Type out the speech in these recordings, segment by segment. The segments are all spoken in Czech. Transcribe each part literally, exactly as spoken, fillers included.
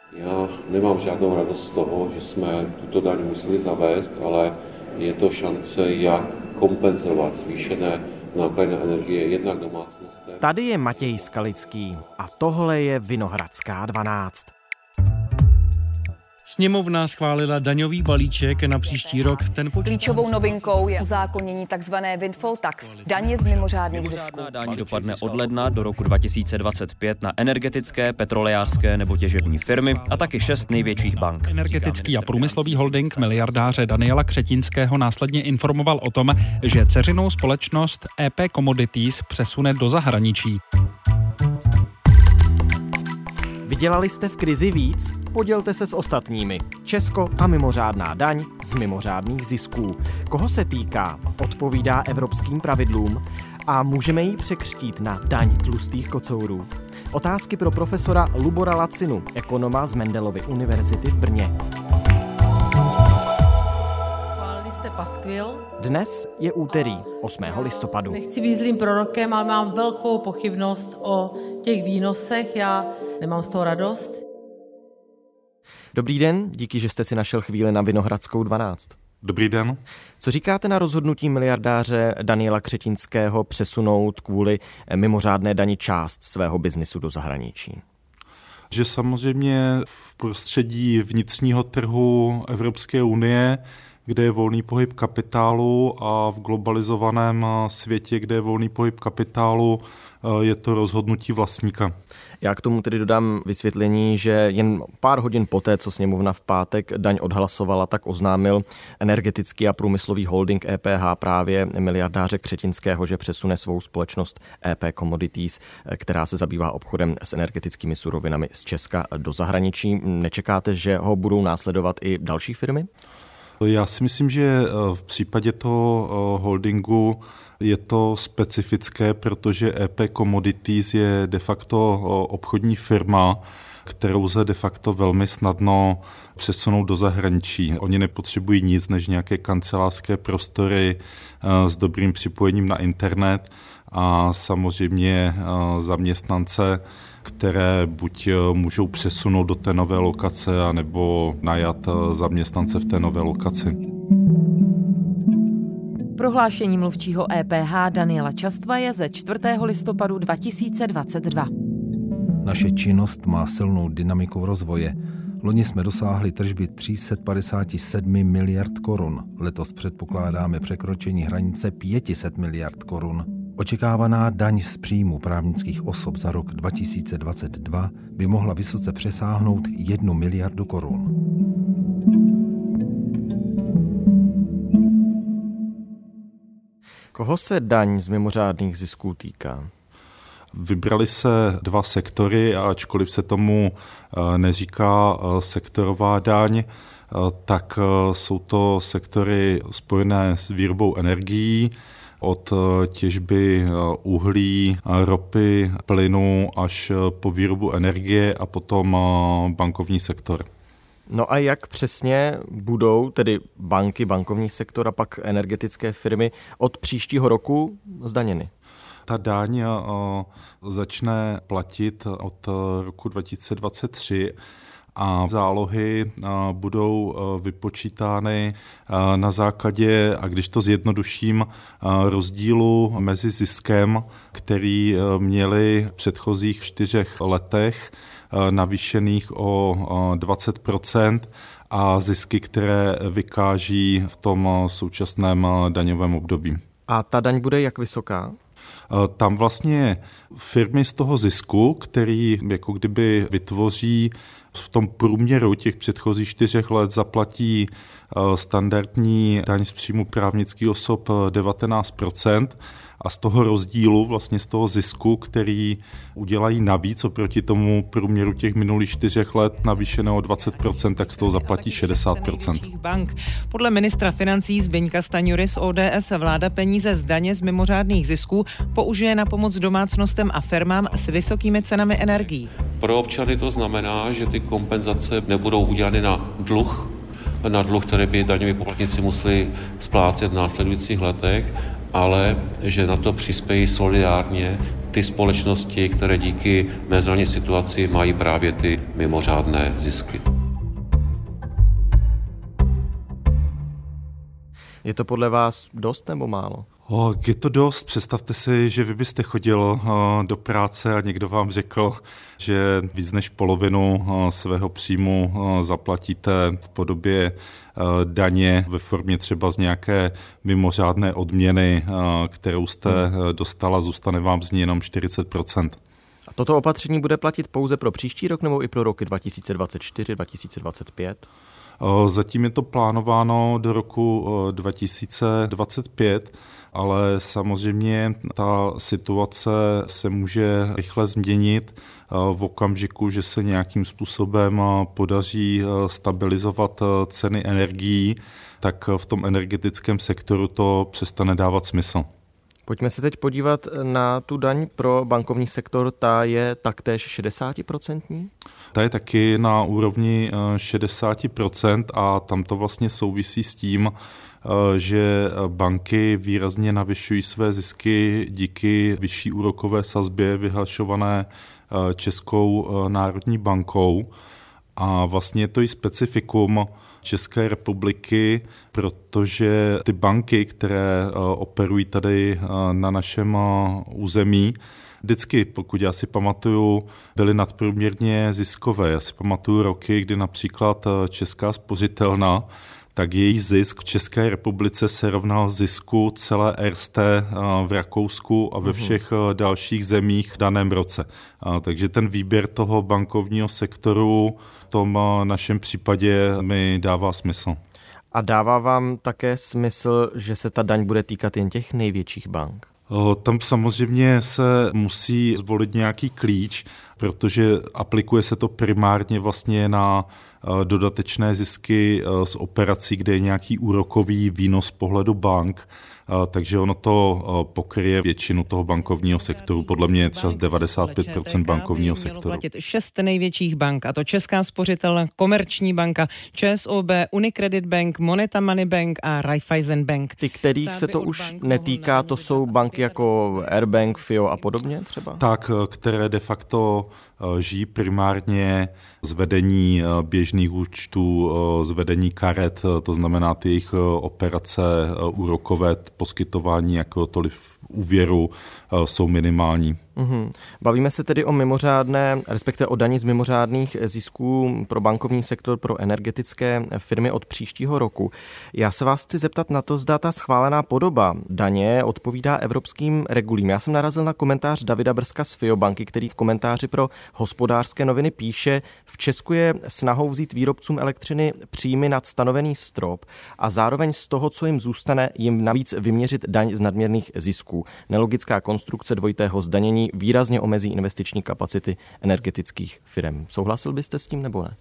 Já nemám žádnou radost z toho, že jsme tuto daň museli zavést, ale je to šance, jak kompenzovat zvýšené náklady na energie jednak domácnostem. Tady je Matěj Skalický a tohle je Vinohradská dvanáct. Sněmovna schválila daňový balíček na příští rok. Ten počítá... Klíčovou novinkou je uzákonění tzv. Windfall tax, daně z mimořádných zisků. Daň dopadne od ledna do roku dva tisíce dvacet pět na energetické, petrolejářské nebo těžební firmy a taky šest největších bank. Energetický a průmyslový holding miliardáře Daniela Křetínského následně informoval o tom, že dceřinou společnost E P Commodities přesune do zahraničí. Vydělali jste v krizi víc? Podělte se s ostatními. Česko a mimořádná daň z mimořádných zisků. Koho se týká? Odpovídá evropským pravidlům? A můžeme ji překřtít na daň tlustých kocourů? Otázky pro profesora Lubora Lacinu, ekonoma z Mendelovy univerzity v Brně. Schválili jste paskvil? Dnes je úterý, osmého listopadu. Nechci být zlým prorokem, ale mám velkou pochybnost o těch výnosech. Já nemám z toho radost. Dobrý den, díky, že jste si našel chvíli na Vinohradskou dvanáct. Dobrý den. Co říkáte na rozhodnutí miliardáře Daniela Křetínského přesunout kvůli mimořádné dani část svého biznisu do zahraničí? Že samozřejmě v prostředí vnitřního trhu Evropské unie, kde je volný pohyb kapitálu, a v globalizovaném světě, kde je volný pohyb kapitálu, je to rozhodnutí vlastníka. Já k tomu tedy dodám vysvětlení, že jen pár hodin poté, co sněmovna v pátek daň odhlasovala, tak oznámil energetický a průmyslový holding E P H právě miliardáře Křetínského, že přesune svou společnost E P Commodities, která se zabývá obchodem s energetickými surovinami, z Česka do zahraničí. Nečekáte, že ho budou následovat i další firmy? Já si myslím, že v případě toho holdingu je to specifické, protože E P Commodities je de facto obchodní firma, kterou lze de facto velmi snadno přesunout do zahraničí. Oni nepotřebují nic než nějaké kancelářské prostory s dobrým připojením na internet a samozřejmě zaměstnance, které buď můžou přesunout do té nové lokace, anebo najat zaměstnance v té nové lokaci. Prohlášení mluvčího E P H Daniela Častva je ze čtvrtého listopadu dva tisíce dvacet dva. Naše činnost má silnou dynamiku rozvoje. Loni jsme dosáhli tržby tři sta padesát sedm miliard korun. Letos předpokládáme překročení hranice pět set miliard korun. Očekávaná daň z příjmu právnických osob za rok dva tisíce dvacet dva by mohla vysoce přesáhnout jednu miliardu korun. Koho se daň z mimořádných zisků týká? Vybrali se dva sektory, a ačkoliv se tomu neříká sektorová daň, tak jsou to sektory spojené s výrobou energií, od těžby uhlí, ropy, plynu až po výrobu energie a potom bankovní sektor. No a jak přesně budou tedy banky, bankovní sektor a pak energetické firmy od příštího roku zdaněny? Ta daň začne platit od roku dva tisíce dvacet tři a zálohy budou vypočítány na základě, a když to zjednoduším, rozdílu mezi ziskem, který měli v předchozích čtyřech letech navýšených o dvacet procent, a zisky, které vykáží v tom současném daňovém období. A ta daň bude jak vysoká? Tam vlastně firmy z toho zisku, který jako kdyby vytvoří v tom průměru těch předchozích čtyřech let, zaplatí standardní daň z příjmu právnických osob devatenáct procent, a z toho rozdílu, vlastně z toho zisku, který udělají navíc oproti tomu průměru těch minulých čtyřech let navýšeného o dvacet procent, tak z toho zaplatí šedesát procent. Bank. Podle ministra financí Zbyňka Stanjury z O D S vláda peníze z daně z mimořádných zisků použije na pomoc domácnostem a firmám s vysokými cenami energií. Pro občany to znamená, že ty kompenzace nebudou udělány na dluh, na dluh, který by daňoví poplatníci museli splácet v následujících letech, ale že na to přispějí solidárně ty společnosti, které díky mezinárodní situaci mají právě ty mimořádné zisky. Je to podle vás dost nebo málo? O, je to dost. Představte si, že vy byste chodil o, do práce a někdo vám řekl, že víc než polovinu o, svého příjmu o, zaplatíte v podobě o, daně ve formě třeba z nějaké mimořádné odměny, o, kterou jste hmm. dostala, zůstane vám z ní jenom čtyřicet procent. A toto opatření bude platit pouze pro příští rok nebo i pro roky dva tisíce dvacet čtyři, dva tisíce dvacet pět? Zatím je to plánováno do roku dva tisíce dvacet pět, ale samozřejmě ta situace se může rychle změnit v okamžiku, že se nějakým způsobem podaří stabilizovat ceny energií, tak v tom energetickém sektoru to přestane dávat smysl. Pojďme se teď podívat na tu daň pro bankovní sektor, ta je taktéž šedesát procent? Ta je taky na úrovni šedesát procent a tam to vlastně souvisí s tím, že banky výrazně navyšují své zisky díky vyšší úrokové sazbě vyhlašované Českou národní bankou. A vlastně je to i specifikum České republiky, protože ty banky, které operují tady na našem území, vždycky, pokud já si pamatuju, byly nadprůměrně ziskové. Já si pamatuju roky, kdy například Česká spořitelna, tak její zisk v České republice se rovnal zisku celé Erste v Rakousku a ve všech dalších zemích v daném roce. Takže ten výběr toho bankovního sektoru v tom našem případě mi dává smysl. A dává vám také smysl, že se ta daň bude týkat jen těch největších bank? Tam samozřejmě se musí zvolit nějaký klíč, protože aplikuje se to primárně vlastně na dodatečné zisky z operací, kde je nějaký úrokový výnos z pohledu bank, takže ono to pokryje většinu toho bankovního sektoru. Podle mě je třeba z devadesát pět procent bankovního sektoru. Platit šest největších bank, a to Česká spořitelna, Komerční banka, ČSOB, Unicredit Bank, Moneta Money Bank a Raiffeisen Bank. Ty, kterých se to už netýká, to jsou banky jako Airbank, F I O a podobně třeba? Tak, které de facto žijí primárně z vedení běžných účtů, z vedení karet, to znamená ty jejich operace úrokové, poskytování jakéhokoliv úvěru jsou minimální. Uhum. Bavíme se tedy o mimořádné, respektive o dani z mimořádných zisků pro bankovní sektor, pro energetické firmy od příštího roku. Já se vás chci zeptat na to, zda ta schválená podoba daně odpovídá evropským regulím. Já jsem narazil na komentář Davida Brzka z F I O banky, který v komentáři pro Hospodářské noviny píše: v Česku je snahou vzít výrobcům elektřiny příjmy nad stanovený strop a zároveň z toho, co jim zůstane, jim navíc vyměřit daň z nadměrných zisků. Nelogická konstrukce dvojitého zdanění výrazně omezí investiční kapacity energetických firm. Souhlasil byste s tím nebo ne?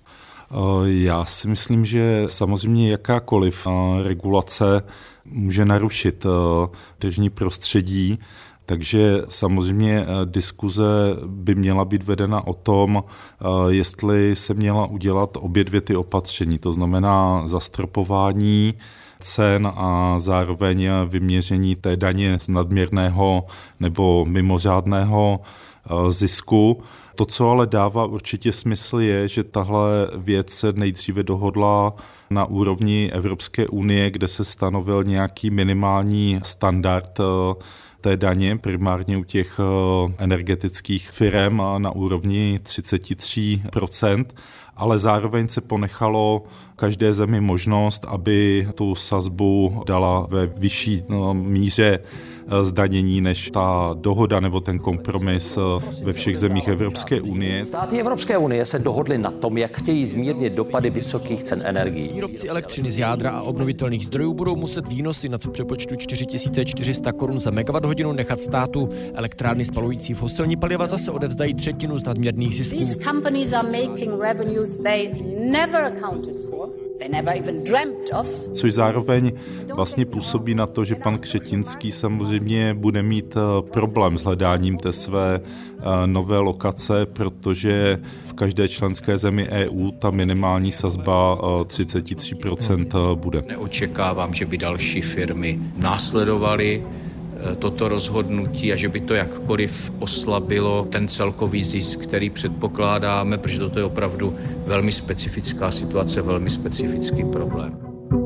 Já si myslím, že samozřejmě jakákoliv regulace může narušit tržní prostředí, takže samozřejmě diskuze by měla být vedena o tom, jestli se měla udělat obě dvě ty opatření, to znamená zastropování cen a zároveň vyměření té daně z nadměrného nebo mimořádného zisku. To, co ale dává určitě smysl, je, že tahle věc se nejdříve dohodla na úrovni Evropské unie, kde se stanovil nějaký minimální standard té daně, primárně u těch energetických firem na úrovni třicet tři procent, ale zároveň se ponechalo každé zemi možnost, aby tu sazbu dala ve vyšší míře zdanění než ta dohoda nebo ten kompromis ve všech zemích Evropské unie. Státy Evropské unie se dohodly na tom, jak chtějí zmírnit dopady vysokých cen energií. Výrobci elektřiny z jádra a obnovitelných zdrojů budou muset výnosy nad v přepočtu čtyři tisíce čtyři sta korun za megawatt hodinu nechat státu. Elektrárny spalující fosilní paliva zase odevzdají třetinu z nadměrných zisků. These companies are making revenues they never accounted for. They never even dreamt of. Což zároveň vlastně působí na to, že pan Křetinský samozřejmě bude mít problém s hledáním té své nové lokace, protože v každé členské zemi E U ta minimální sazba třicet tři procent bude. Neočekávám, že by další firmy následovaly toto rozhodnutí a že by to jakkoliv oslabilo ten celkový zisk, který předpokládáme, protože toto je opravdu velmi specifická situace, velmi specifický problém.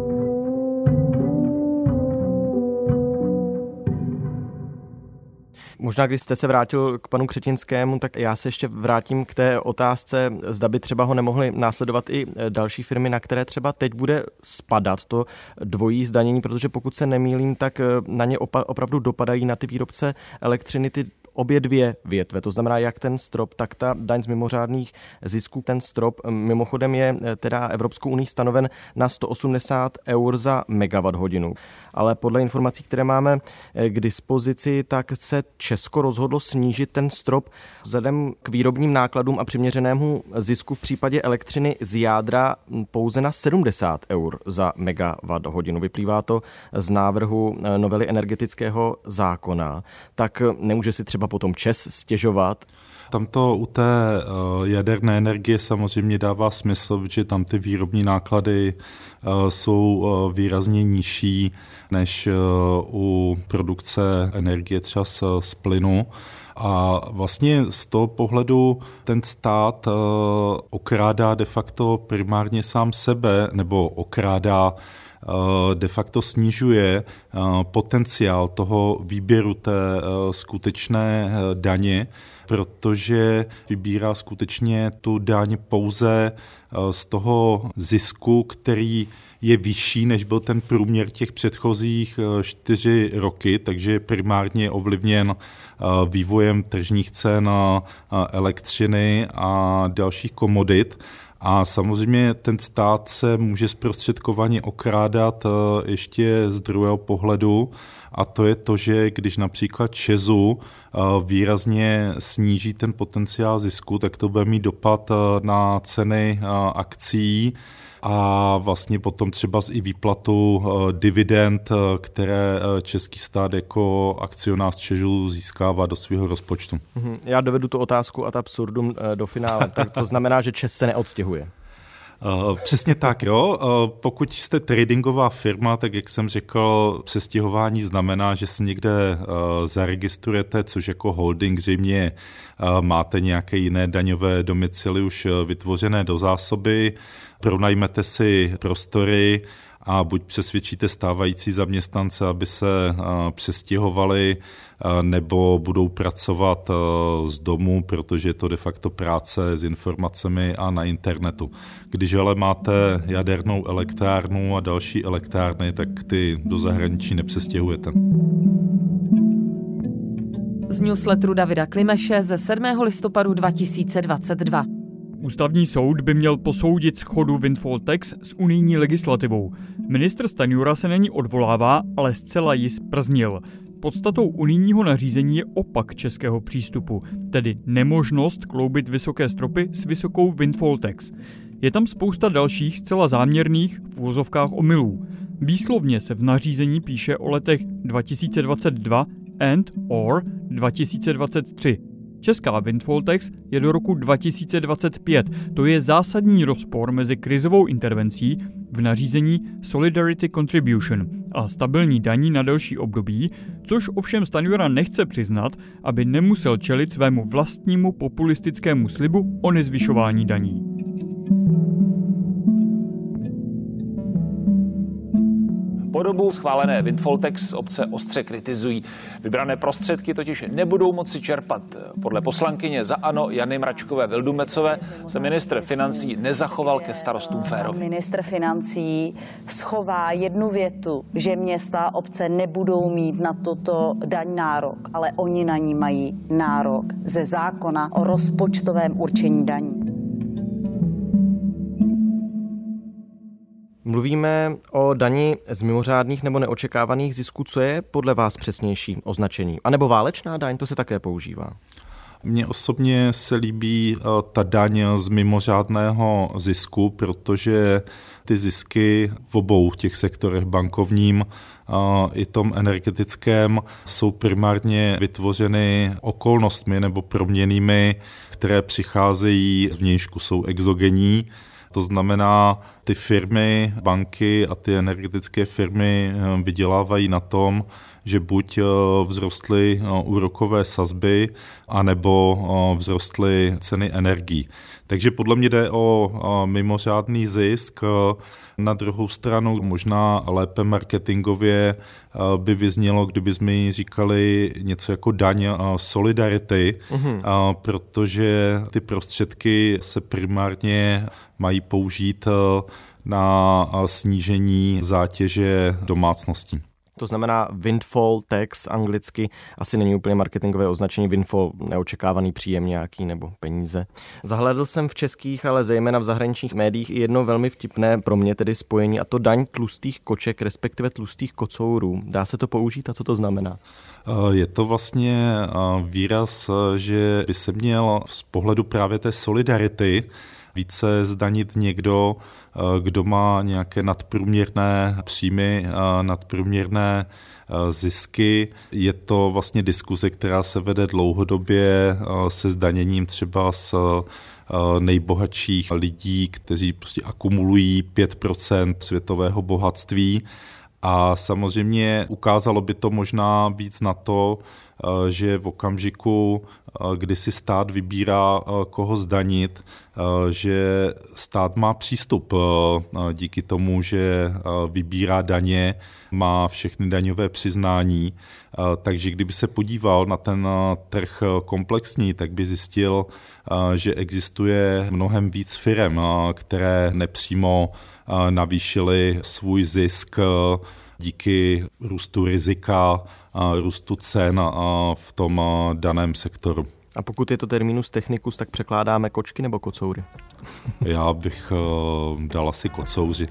Možná, když jste se vrátil k panu Křetinskému, tak já se ještě vrátím k té otázce, zda by třeba ho nemohly následovat i další firmy, na které třeba teď bude spadat to dvojí zdanění, protože pokud se nemýlím, tak na ně opa- opravdu dopadají na ty výrobce elektřiny ty obě dvě větve, to znamená jak ten strop, tak ta daň z mimořádných zisků. Ten strop mimochodem je teda Evropskou unií stanoven na sto osmdesát eur za megawatt hodinu. Ale podle informací, které máme k dispozici, tak se Česko rozhodlo snížit ten strop vzhledem k výrobním nákladům a přiměřenému zisku v případě elektřiny z jádra pouze na sedmdesát eur za megawatt hodinu. Vyplývá to z návrhu novely energetického zákona. Tak nemůže si třeba potom ČEZ stěžovat? Tam to u té jaderné energie samozřejmě dává smysl, protože tam ty výrobní náklady jsou výrazně nižší než u produkce energie třeba z plynu. A vlastně z toho pohledu ten stát okrádá de facto primárně sám sebe, nebo okrádá de facto snižuje potenciál toho výběru té skutečné daně, protože vybírá skutečně tu daň pouze z toho zisku, který je vyšší, než byl ten průměr těch předchozích čtyři roky, takže je primárně ovlivněn vývojem tržních cen elektřiny a dalších komodit. A samozřejmě ten stát se může zprostředkovaně okrádat ještě z druhého pohledu, a to je to, že když například ČEZu výrazně sníží ten potenciál zisku, tak to bude mít dopad na ceny akcií a vlastně potom třeba i výplatu dividend, které český stát jako akcionář ČEZu získává do svého rozpočtu. Já dovedu tu otázku ad absurdum do finále. Tak to znamená, že ČEZ se neodstěhuje. Uh, přesně tak, jo. Uh, pokud jste tradingová firma, tak jak jsem řekl, přestěhování znamená, že si někde uh, zaregistrujete, což jako holding zřejmě uh, máte nějaké jiné daňové domicily už vytvořené do zásoby, pronajmete si prostory a buď přesvědčíte stávající zaměstnance, aby se uh, přestěhovali, uh, nebo budou pracovat uh, z domu, protože je to de facto práce s informacemi a na internetu. Když ale máte jadernou elektrárnu a další elektrárny, tak ty do zahraničí nepřestěhujete. Z newsletteru Davida Klimeše ze sedmého listopadu dva tisíce dvacet dva. Ústavní soud by měl posoudit shodu windfall tax s unijní legislativou. Ministr Stanjura se na ní odvolává, ale zcela ji sprznil. Podstatou unijního nařízení je opak českého přístupu, tedy nemožnost kloubit vysoké stropy s vysokou windfall tax. Je tam spousta dalších zcela záměrných v uvozovkách omylů. Výslovně se v nařízení píše o letech dva tisíce dvacet dva and or dva tisíce dvacet tři. Česká windfall tax je do roku dva tisíce dvacet pět. To je zásadní rozpor mezi krizovou intervencí v nařízení Solidarity Contribution a stabilní daní na delší období, což ovšem Stanjura nechce přiznat, aby nemusel čelit svému vlastnímu populistickému slibu o nezvyšování daní. Podobu schválené windfall tax obce ostře kritizují. Vybrané prostředky totiž nebudou moci čerpat. Podle poslankyně za ANO Jany Mračkové Vildumecové se ministr financí nezachoval ke starostům férově. Ministr financí schová jednu větu, že města a obce nebudou mít na tuto daň nárok, ale oni na ní mají nárok ze zákona o rozpočtovém určení daní. Mluvíme o dani z mimořádných nebo neočekávaných zisků. Co je podle vás přesnější označení? A nebo válečná daň, to se také používá? Mně osobně se líbí ta daň z mimořádného zisku, protože ty zisky v obou těch sektorech bankovním i tom energetickém jsou primárně vytvořeny okolnostmi nebo proměnnými, které přicházejí zvnějšku, jsou exogenní. To znamená, ty firmy, banky a ty energetické firmy vydělávají na tom, že buď vzrostly úrokové sazby, anebo vzrostly ceny energií. Takže podle mě jde o mimořádný zisk. Na druhou stranu možná lépe marketingově by vyznělo, kdyby jsme jí říkali něco jako daň solidarity, mm-hmm. protože ty prostředky se primárně mají použít na snížení zátěže domácností. To znamená windfall tax anglicky, asi není úplně marketingové označení, windfall neočekávaný příjem nějaký nebo peníze. Zahlédl jsem v českých, ale zejména v zahraničních médiích i jedno velmi vtipné pro mě tedy spojení, a to daň tlustých koček, respektive tlustých kocourů. Dá se to použít a co to znamená? Je to vlastně výraz, že by se měl z pohledu právě té solidarity více zdanit někdo, kdo má nějaké nadprůměrné příjmy, nadprůměrné zisky. Je to vlastně diskuze, která se vede dlouhodobě se zdaněním třeba z nejbohatších lidí, kteří prostě akumulují pět procent světového bohatství. A samozřejmě ukázalo by to možná víc na to, že v okamžiku, kdy si stát vybírá, koho zdanit, že stát má přístup díky tomu, že vybírá daně, má všechny daňové přiznání, takže kdyby se podíval na ten trh komplexní, tak by zjistil, že existuje mnohem víc firem, které nepřímo navýšily svůj zisk díky růstu rizika, růstu cen v tom daném sektoru. A pokud je to terminus technicus, tak překládáme kočky nebo kocoury? Já bych uh, dal asi kocouři.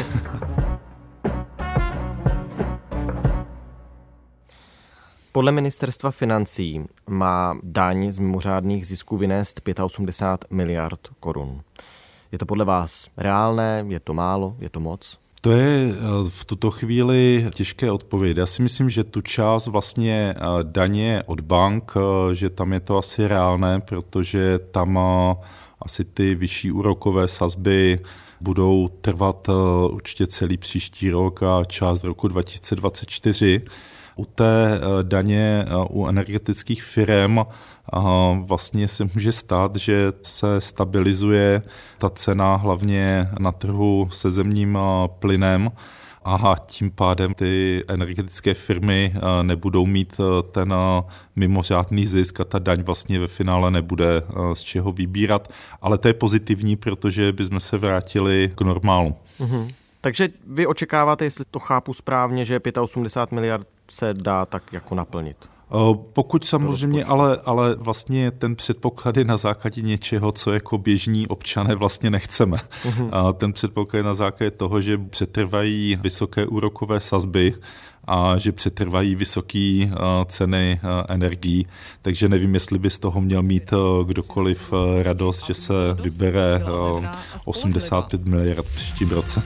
Podle ministerstva financí má daň z mimořádných zisků vynést osmdesát pět miliard korun. Je to podle vás reálné? Je to málo? Je to moc? To je v tuto chvíli těžké odpovědět. Já si myslím, že tu část vlastně daně od bank, že tam je to asi reálné, protože tam asi ty vyšší úrokové sazby budou trvat určitě celý příští rok a část roku dva tisíce dvacet čtyři. U té daně u energetických firem vlastně se může stát, že se stabilizuje ta cena hlavně na trhu se zemním plynem a tím pádem ty energetické firmy nebudou mít ten mimořádný zisk a ta daň vlastně ve finále nebude z čeho vybírat. Ale to je pozitivní, protože bychom se vrátili k normálu. Mhm. Takže vy očekáváte, jestli to chápu správně, že osmdesát pět miliard se dá tak jako naplnit? Pokud samozřejmě, ale, ale vlastně ten předpoklad je na základě něčeho, co jako běžní občané vlastně nechceme. Uh-huh. Ten předpoklad je na základě toho, že přetrvají vysoké úrokové sazby a že přetrvají vysoké uh, ceny uh, energií, takže nevím, jestli by z toho měl mít uh, kdokoliv uh, radost, že se vybere uh, osmdesát pět miliard v příštím roce.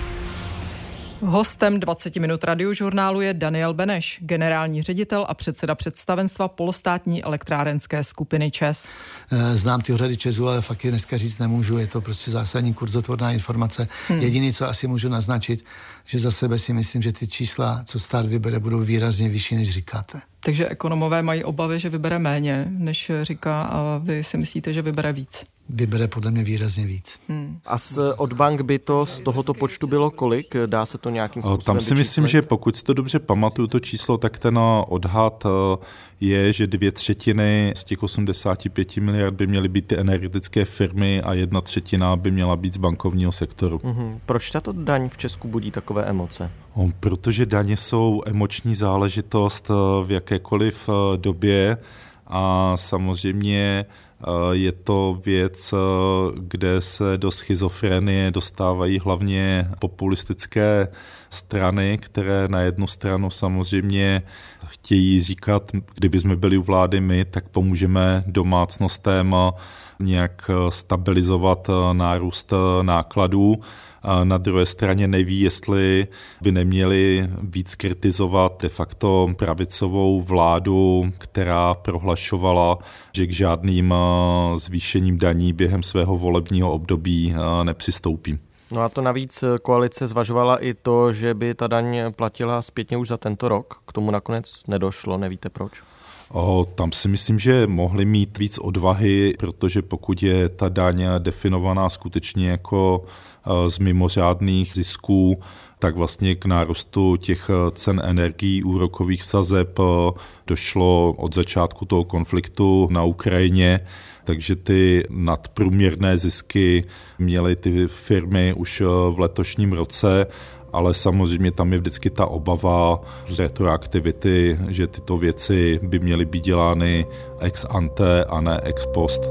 Hostem dvacet minut radiožurnálu je Daniel Beneš, generální ředitel a předseda představenstva polostátní elektrárenské skupiny ČEZ. Znám ty řady ČEZu, ale fakt je dneska říct nemůžu, je to prostě zásadní kurzotvorná informace. Hmm. Jediný, co asi můžu naznačit, že za sebe si myslím, že ty čísla, co stát vybere, budou výrazně vyšší, než říkáte. Takže ekonomové mají obavy, že vybere méně, než říká, a vy si myslíte, že vybere víc? Vybere podle mě výrazně víc. Hmm. A z, od bank by to z tohoto počtu bylo kolik? Dá se to nějakým způsobem Tam si vyčíslit? myslím, že pokud si to dobře pamatuju, to číslo, tak ten odhad je, že dvě třetiny z těch osmdesáti pěti miliard by měly být ty energetické firmy a jedna třetina by měla být z bankovního sektoru. Hmm. Proč tato daň v Česku budí takové emoce? O, protože daně jsou emoční záležitost v jakékoliv době a samozřejmě je to věc, kde se do schizofrenie dostávají hlavně populistické strany, které na jednu stranu samozřejmě chtějí říkat, kdyby jsme byli u vlády my, tak pomůžeme domácnostem nějak stabilizovat nárůst nákladů. Na druhé straně neví, jestli by neměli víc kritizovat de facto pravicovou vládu, která prohlašovala, že k žádným zvýšením daní během svého volebního období nepřistoupí. No a to navíc koalice zvažovala i to, že by ta daň platila zpětně už za tento rok. K tomu nakonec nedošlo, nevíte proč? O, tam si myslím, že mohli mít víc odvahy, protože pokud je ta daň definovaná skutečně jako z mimořádných zisků, tak vlastně k nárůstu těch cen energií, úrokových sazeb došlo od začátku toho konfliktu na Ukrajině, takže ty nadprůměrné zisky měly ty firmy už v letošním roce, ale samozřejmě tam je vždycky ta obava z retroaktivity, že tyto věci by měly být dělány ex ante a ne ex post.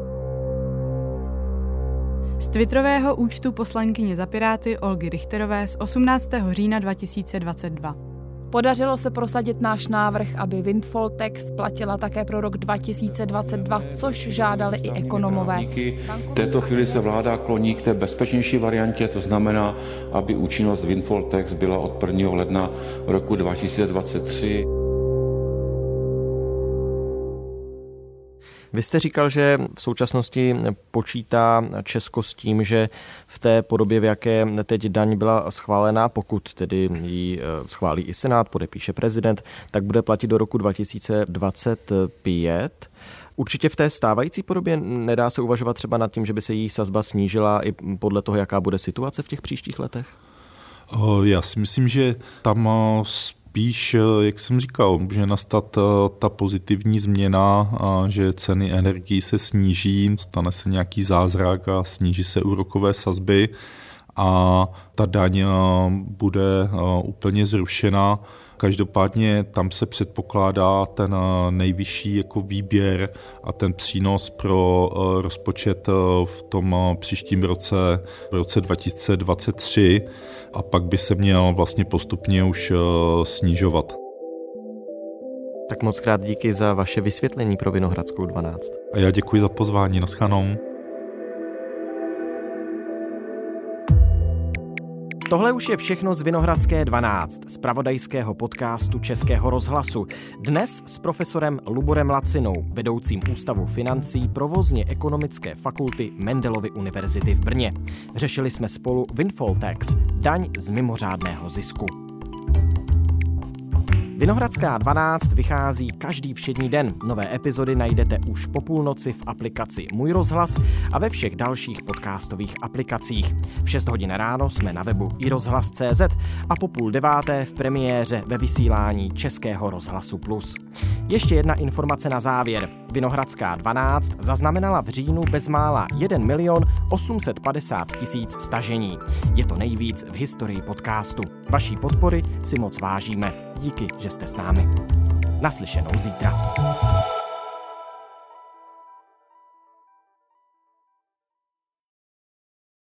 Z twitterového účtu poslankyně za Piráty Olgy Richterové z osmnáctého října dva tisíce dvacet dva. Podařilo se prosadit náš návrh, aby windfall tax platila také pro rok dva tisíce dvacet dva, což žádali i ekonomové. V této chvíli se vláda kloní k té bezpečnější variantě, to znamená, aby účinnost windfall tax byla od prvního ledna roku dva tisíce dvacet tři. Vy jste říkal, že v současnosti počítá Česko s tím, že v té podobě, v jaké teď daň byla schválená, pokud tedy ji schválí i Senát, podepíše prezident, tak bude platit do roku dva tisíce dvacet pět. Určitě v té stávající podobě nedá se uvažovat třeba nad tím, že by se její sazba snížila i podle toho, jaká bude situace v těch příštích letech? Já si myslím, že tam spíš, jak jsem říkal, může nastat ta pozitivní změna, že ceny energií se sníží, stane se nějaký zázrak a sníží se úrokové sazby a ta daň bude úplně zrušena. Každopádně tam se předpokládá ten nejvyšší jako výběr a ten přínos pro rozpočet v tom příštím roce, v roce dva tisíce dvacet tři, a pak by se měl vlastně postupně už snižovat. Tak moc krát díky za vaše vysvětlení pro Vinohradskou dvanáct. A já děkuji za pozvání, naschledanou. Tohle už je všechno z Vinohradské dvanáct, z zpravodajského podcastu Českého rozhlasu. Dnes s profesorem Luborem Lacinou, vedoucím Ústavu financí provozně ekonomické fakulty Mendelovy univerzity v Brně. Řešili jsme spolu windfall tax, daň z mimořádného zisku. Vinohradská dvanáct vychází každý všední den. Nové epizody najdete už po půlnoci v aplikaci Můj rozhlas a ve všech dalších podcastových aplikacích. V šest hodin ráno jsme na webu i rozhlas tečka cé zet a po půl deváté v premiéře ve vysílání Českého rozhlasu plus. Ještě jedna informace na závěr. Vinohradská dvanáct zaznamenala v říjnu bezmála jeden milion osm set padesát tisíc stažení. Je to nejvíc v historii podcastu. Vaší podpory si moc vážíme. Díky, že jste s námi. Naslyšenou zítra.